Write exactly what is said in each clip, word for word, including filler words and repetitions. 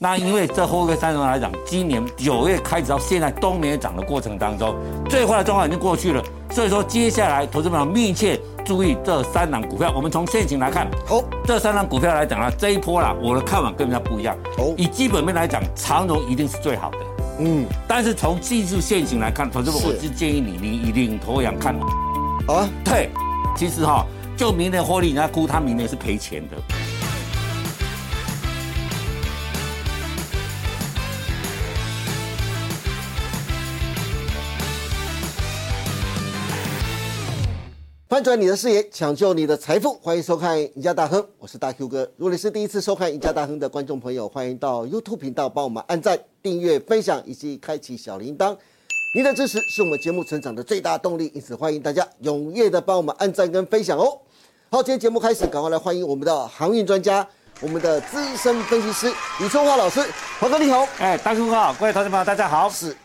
那因为这货柜三雄来讲，今年九月开始到现在都没有涨的过程当中，最坏的状况已经过去了。所以说，接下来投资朋友密切注意这三档股票。我们从现行来看，哦，这三档股票来讲呢，这一波啦，我的看法跟人家不一样。哦，以基本面来讲，长荣一定是最好的。嗯，但是从技术现行来看，投资朋友，我是建议你，你以领头羊看。好啊，对，其实哈，就明年获利，人家估他明年是赔钱的。 翻转你的视野，抢救你的财富，欢迎收看《赢家大亨》，我是大 Q 哥。如果你是第一次收看《赢家大亨》的观众朋友，欢迎到 YouTube 频道帮我们按赞、订阅、分享以及开启小铃铛。您的支持是我们节目成长的最大动力，因此欢迎大家踊跃的帮我们按赞跟分享哦。好，今天节目开始，赶快来欢迎我们的航运专家，我们的资深分析师李春华老师。华哥你好， 哎，大 Q 哥好，各位投资朋友大家好。 是。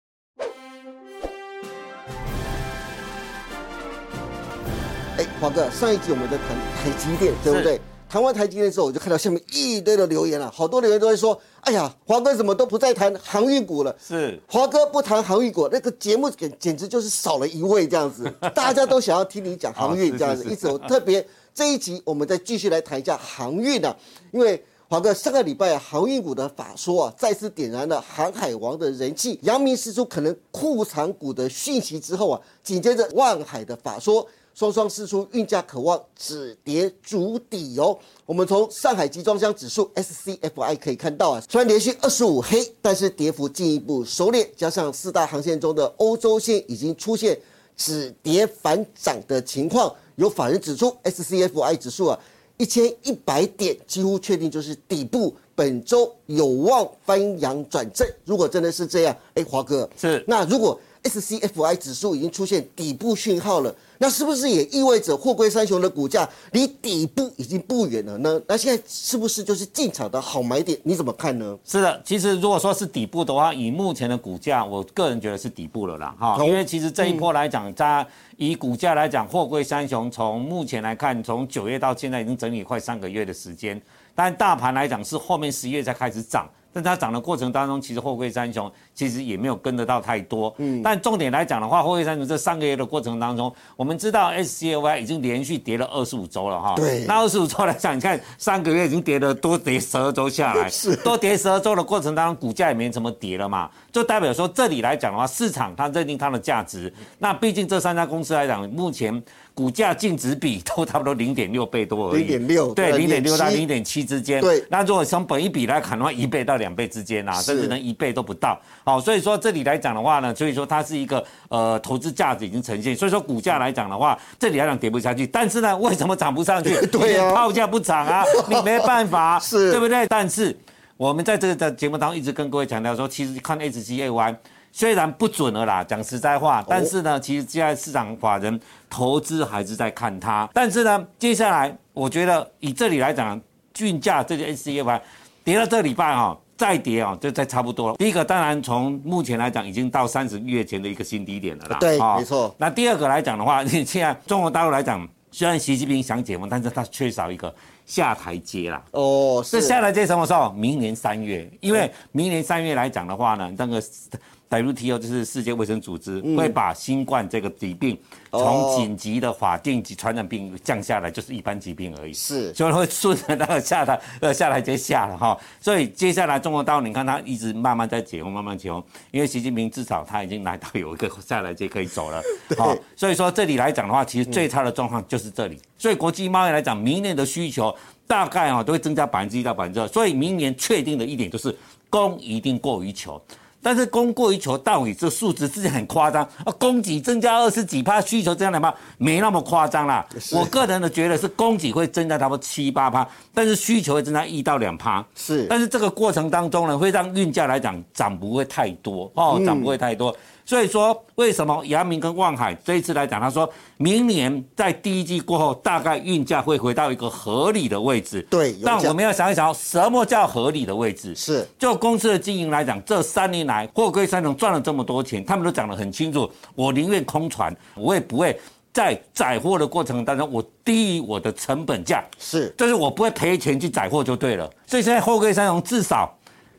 哎，华哥，上一集我们在谈台积电，对不对？谈完台积电之后，我就看到下面一堆的留言了，好多留言都会说：“哎呀，华哥怎么都不再谈航运股了？” 是， 华哥不谈航运股，那个节目简简直就是少了一位这样子。大家都想要听你讲航运这样子，因此我特别这一集我们再继续来谈一下航运啊，因为华哥上个礼拜航运股的法说啊，再次点燃了航海王的人气。阳明释出可能库藏股的讯息之后啊，紧接着万海的法说。双双释出运价渴望止跌筑底哦。我们从上海集装箱指数 S C F I 可以看到啊，虽然连续二十五黑，但是跌幅进一步收敛，加上四大航线中的欧洲线已经出现止跌反涨的情况。有法人指出 ，S C F I 指数啊一千一百点几乎确定就是底部，本周有望翻阳转正。如果真的是这样，哎，华哥是那如果 S C F I 指数已经出现底部讯号了，那是不是也意味着货柜三雄的股价离底部已经不远了呢？那现在是不是就是进场的好买点？你怎么看呢？ 是的，其实如果说是底部的话，以目前的股价，我个人觉得是底部了啦，哈，因为其实这一波来讲，它以股价来讲，货柜三雄从目前来看，从九月到现在已经整理快三个月的时间，但大盘来讲是后面十一月才开始涨。但它涨的过程当中，其实货柜三雄其实也没有跟得到太多。嗯，但重点来讲的话，货柜三雄这三个月的过程当中，我们知道 S C F I 已经连续跌了二十五周了哈。 对。 那二十五周来讲，你看三个月已经跌了多跌十二周下来， 是多跌十二周的过程当中，股价也没怎么跌了嘛，就代表说这里来讲的话，市场它认定它的价值。那毕竟这三家公司来讲，目前股价净值比都差不多零点六倍多而已。 零点六。 对，零点六到零点七之间。 对。 那如果从本益比来看的话，一倍到两倍之间啊。甚至能一倍都不到，好，所以说这里来讲的话呢，所以说它是一个呃投资价值已经呈现，所以说股价来讲的话，这里来讲跌不下去，但是呢，为什么涨不上去？ 对啊， 报价不涨啊，你没办法， 是， 对不对？但是我们在这个节目当中一直跟各位强调说，其实看 S C F I 虽然不准了啦，讲实在话，但是呢，其实现在市场法人投资还是在看它，但是呢，接下来我觉得以这里来讲，运价这个 S C F I 跌到这礼拜哈。再跌啊、哦，就再差不多了。第一个当然从目前来讲，已经到三十月前的一个新低点了啦。 对， 哦、 没错。 那第二个来讲的话，你现在中国大陆来讲，虽然习近平想解封，但是他缺少一个下台阶啦。 哦， 这下台阶什么时候？明年三月，因为明年三月来讲的话呢，那个 W T O 就是世界卫生组织、嗯、会把新冠这个疾病从紧急的法定及传染病降下来，就是一般疾病而已。 是， 所以会顺着那个下台呃下台阶下了哈。所以接下来中国大陆，你看它一直慢慢在解封，慢慢解封，因为习近平至少他已经来到有一个下台阶可以走了。好，所以说这里来讲的话，其实最差的状况就是这里。所以国际贸易来讲，明年的需求大概啊都会增加百分之一到百分之二。所以明年确定的一点就是供一定过于求。但是供过于求，到底这数字自己很夸张啊！供给增加二十几趴，需求增加两趴，没那么夸张啦。我个人的觉得是供给会增加差不多七八趴，但是需求会增加一到两趴。 是， 但是这个过程当中呢，会让运价来讲涨不会太多哦，涨不会太多。嗯所以说，为什么阳明跟万海这一次来讲，他说明年在第一季过后，大概运价会回到一个合理的位置。 对， 但我们要想一想，什么叫合理的位置？ 是， 就公司的经营来讲，这三年来货柜三雄赚了这么多钱，他们都讲得很清楚，我宁愿空船，我也不会在载货的过程当中，我低于我的成本价。 是， 就是我不会赔钱去载货就对了。所以现在货柜三雄至少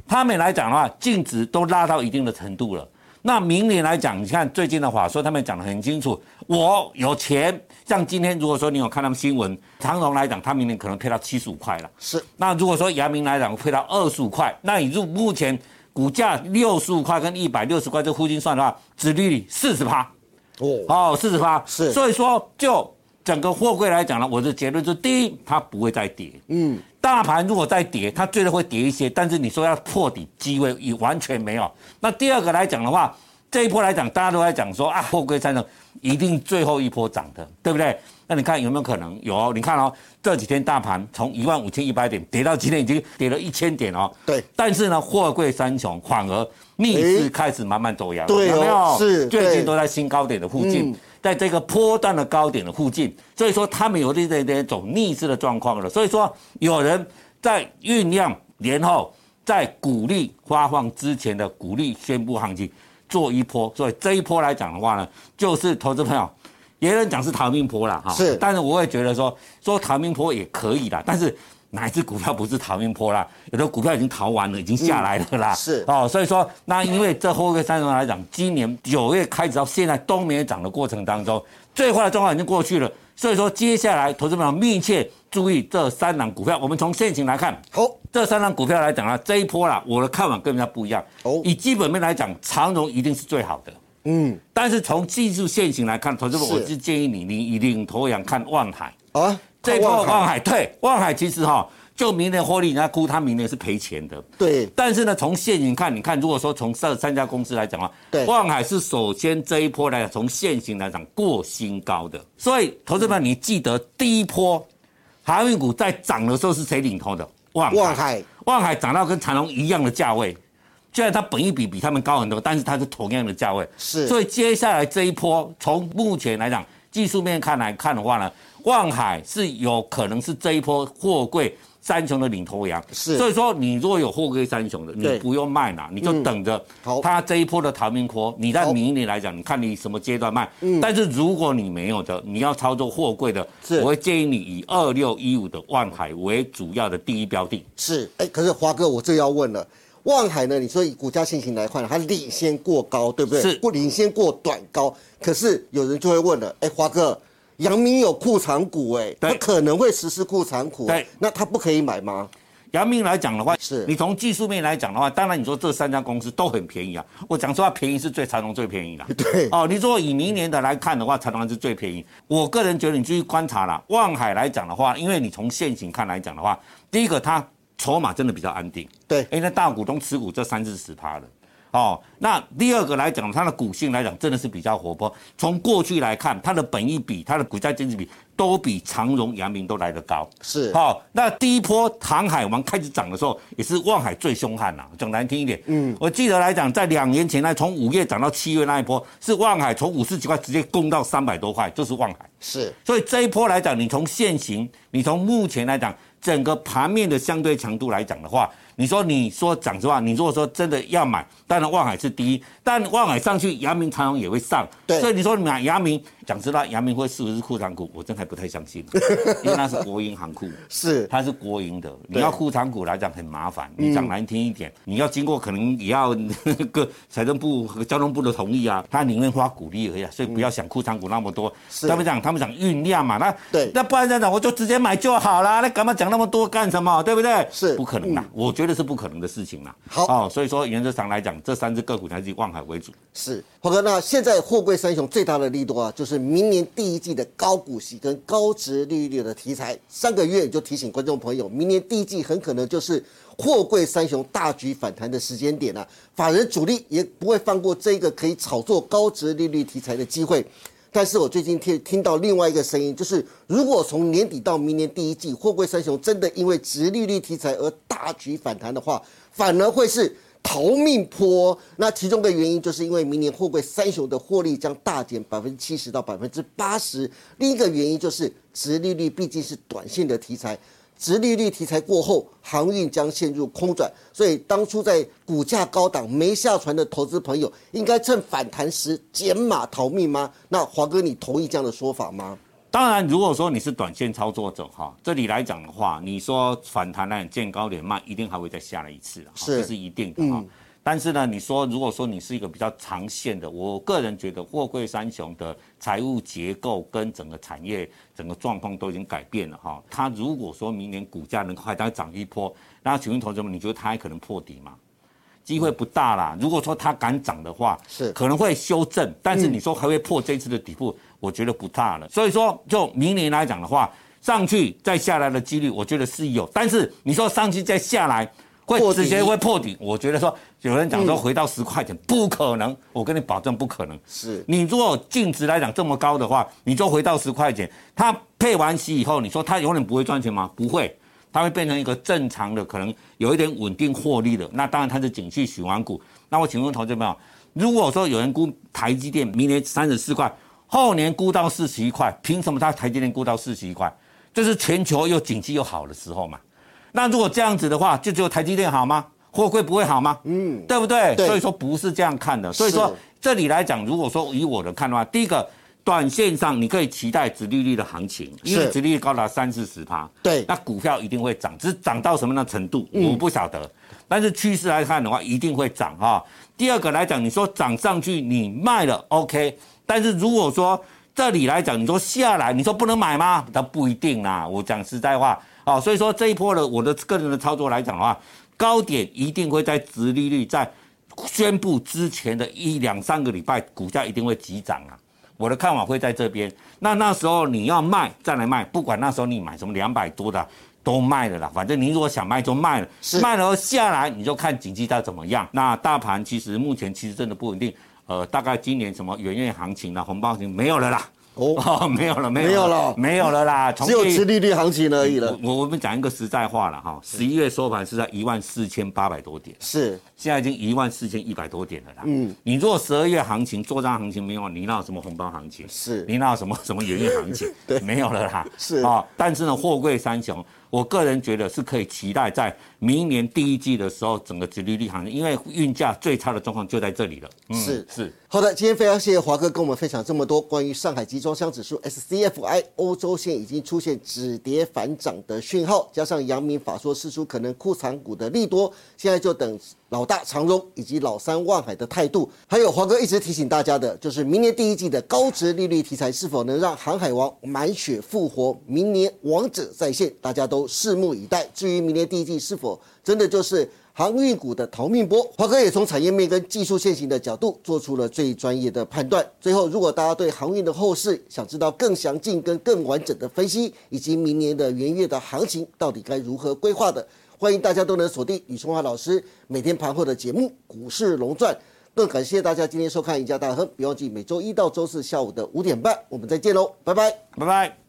他们来讲的话，净值都拉到一定的程度了。那明年来讲，你看最近的话说，他们讲得很清楚，我有钱。像今天如果说你有看他们新闻，长荣来讲，他明年可能配到七十五块了。 是。那如果说阳明来讲配到二十五块，那你入目前股价六十五块跟一百六十块这附近算的话，殖利率四十趴。哦哦，四十趴。是。所以说就整个货柜来讲呢，我的结论就是：第一，它不会再跌。嗯。大盘如果再跌，它最多会跌一些，但是你说要破底机会也完全没有。那第二个来讲的话，这一波来讲，大家都在讲说啊，货柜三雄一定最后一波涨的，对不对？那你看有没有可能？有，你看哦，这几天大盘从一万五千一百点跌到今天已经跌了一千点哦。 对。 但是呢，货柜三雄反而逆势开始慢慢走阳， 对、哦， 有没有？ 是。 最近都在新高点的附近。嗯，在这个波段的高点的附近，所以说他们有这这这种逆势的状况了。所以说有人在酝酿年后，在股利发放之前的股利宣布行情做一波。所以这一波来讲的话呢，就是投资朋友，也有人讲是逃命波啦，哈，是。但是我也觉得说说逃命波也可以啦，但是哪一只股票不是逃命波啦？有的股票已经逃完了，已经下来了啦。嗯、是哦，所以说那因为这货柜三雄来讲，今年九月开始到现在都没涨的过程当中，最坏的状况已经过去了。所以说接下来投资朋友密切注意这三档股票。我们从现行来看，好，这三档股票来讲呢，这一波啦，我的看法跟人家不一样。哦，以基本面来讲，长荣一定是最好的。嗯，但是从技术现行来看，投资朋友我是建议你，你以领头羊看万海啊。这一波万海，对，万海其实哈、哦，就明年获利，人家估他明年是赔钱的。对。但是呢，从现行看，你看，如果说从这三家公司来讲的话，对，万海是首先这一波来讲，从现行来讲过新高的。所以，投资们，你记得第一波航运股在涨的时候是谁领头的？万海。万海，万海涨到跟长荣一样的价位。虽然它本益比比他们高很多，但是它是同样的价位。是。所以接下来这一波，从目前来讲，技术面看来看的话呢，万海是有可能是这一波货柜三雄的领头羊。是。所以说，你如果有货柜三雄的，你不用卖啦，你就等着它这一波的逃命波。你在明年来讲，你看你什么阶段卖。嗯。但是如果你没有的，你要操作货柜的，我会建议你以二六一五的万海为主要的第一标的。是。哎，可是华哥，我这要问了。万海呢？你说以股价现行来看，它领先过高，对不对？是，不领先过短高。可是有人就会问了，哎，华哥，阳明有库藏股，哎，它可能会实施库藏股，对，那它不可以买吗？阳明来讲的话，是你从技术面来讲的话，当然你说这三家公司都很便宜啊。我讲说它便宜是最长荣最便宜啦。对。哦，你说以明年的来看的话，长荣是最便宜。我个人觉得你继续观察啦。万海来讲的话，因为你从现行看来讲的话，第一个它筹码真的比较安定，对，因为大股东持股这三至十趴了，哦，那第二个来讲，它的股性来讲真的是比较活泼。从过去来看，它的本益比、它的股价净值比都比长荣、阳明都来得高，是，好、哦，那第一波航海王开始涨的时候，也是万海最凶悍啦，讲难听一点，嗯，我记得来讲，在两年前呢，从五月涨到七月那一波，是万海从五十几块直接攻到三百多块，就是万海，是，所以这一波来讲，你从现行，你从目前来讲。整个盘面的相对强度来讲的话，你说你说讲实话，你如果说真的要买，当然万海是第一，但万海上去，阳明长荣也会上，对，所以你说买阳明，讲实话，阳明会是不是库藏股，我真还不太相信，因为那是国营行库，是，它是国营的，你要库藏股来讲很麻烦，你讲难听一点，你要经过可能也要那个财政部和交通部的同意啊，他宁愿花股利而已，所以不要想库藏股那么多，他们讲他们讲酝酿嘛，那对，那不然这样讲我就直接买就好啦，那干嘛讲那么多干什么？对不对？是不可能的，嗯、我觉得是不可能的事情啦。好哦，所以说原则上来讲，这三只个股还是以万海为主。是，华哥，那现在货柜三雄最大的利多啊，就是明年第一季的高股息跟高殖利率的题材。上个月就提醒观众朋友，明年第一季很可能就是货柜三雄大举反弹的时间点啊，法人主力也不会放过这个可以炒作高殖利率题材的机会。但是我最近听听到另外一个声音，就是如果从年底到明年第一季，货柜三雄真的因为殖利率题材而大举反弹的话，反而会是逃命坡。那其中的原因就是因为明年货柜三雄的获利将大减百分之七十到百分之八十。另一个原因就是殖利率毕竟是短线的题材。殖利率题材过后，航运将陷入空转，所以当初在股价高档没下船的投资朋友，应该趁反弹时减码逃命吗？那华哥，你同意这样的说法吗？ 当然，如果说你是短线操作者哈，这里来讲的话，你说反弹来见高点卖，一定还会再下来一次， 是， 这是一定的哈。嗯，但是呢，你说如果说你是一个比较长线的，我个人觉得货柜三雄的财务结构跟整个产业整个状况都已经改变了哈。它如果说明年股价能快再涨一波，那请问投资者们，你觉得它还可能破底吗？机会不大啦。如果说它敢涨的话， 是可能会修正，但是你说还会破这一次的底部，我觉得不大了。所以说，就明年来讲的话，上去再下来的几率，我觉得是有。但是你说上去再下来，会直接会破底，我觉得说有人讲说回到十块钱，不可能，我跟你保证不可能。 是你如果净值来讲这么高的话，你就回到十块钱，它配完息以后，你说它永远不会赚钱吗？不会。它会变成一个正常的，可能有一点稳定获利的。那当然它是景气循环股。那我请问投资者朋友，如果说有人估台积电明年三十四块，后年估到四十一块，凭什么它台积电估到四十一块？这是全球又景气又好的时候嘛。那如果这样子的话，就只有台积电好吗？货柜不会好吗？嗯，对不对？对，所以说不是这样看的。所以说这里来讲，如果说以我的看的话，第一个。短线上你可以期待殖利率的行情，因为殖利率高达三四十趴， 对， 那股票一定会涨，只是涨到什么样的程度、嗯、我不晓得，但是趋势来看的话，一定会涨哈、哦。第二个来讲，你说涨上去你卖了 OK， 但是如果说这里来讲，你说下来，你说不能买吗？那不一定啦。我讲实在话哦，所以说这一波的我的个人的操作来讲的话，高点一定会在殖利率在宣布之前的一两三个礼拜，股价一定会急涨啊。我的看法会在这边，那那时候你要卖再来卖，不管那时候你买什么两百多的都卖了啦，反正你如果想卖就卖了，卖了下来你就看经济它怎么样。那大盘其实目前其实真的不稳定，呃，大概今年什么元月行情啦、红包行情没有了啦。哦, 哦，没有了，没有了，没有了啦， 只有殖利率行情而已了。 我我们讲一个实在话了哈，十一月收盘是在一万四千八百多点， 是现在已经一万四千一百多点了啦。嗯，你如果十二月行情作战行情没有，你哪有什么红包行情？ 是， 你哪有什么什么元月行情？ 对， 没有了啦。 是啊、哦，但是呢，货柜三雄，我个人觉得是可以期待在明年第一季的时候，整个殖利率行情，因为运价最差的状况就在这里了。 嗯、是是。 好的，今天非常谢谢华哥跟我们分享这么多关于上海集装箱指数 S C F I 欧洲线已经出现止跌反涨的讯号，加上阳明法说释出可能库藏股的利多，现在就等老大长荣以及老三万海的态度。还有华哥一直提醒大家的，就是明年第一季的高殖利率题材是否能让航海王满血复活，明年王者再现，大家都拭目以待。至于明年第一季是否真的就是航运股的逃命波，华哥也从产业面跟技术线型的角度做出了最专业的判断。最后，如果大家对航运的后市想知道更详尽跟更完整的分析，以及明年的元月的行情到底该如何规划的，欢迎大家都能锁定吕崇华老师每天盘后的节目《股市龙传》。更感谢大家今天收看赢家大亨，别忘记每周一到周四下午的五点半，我们再见喽，拜拜， 拜拜。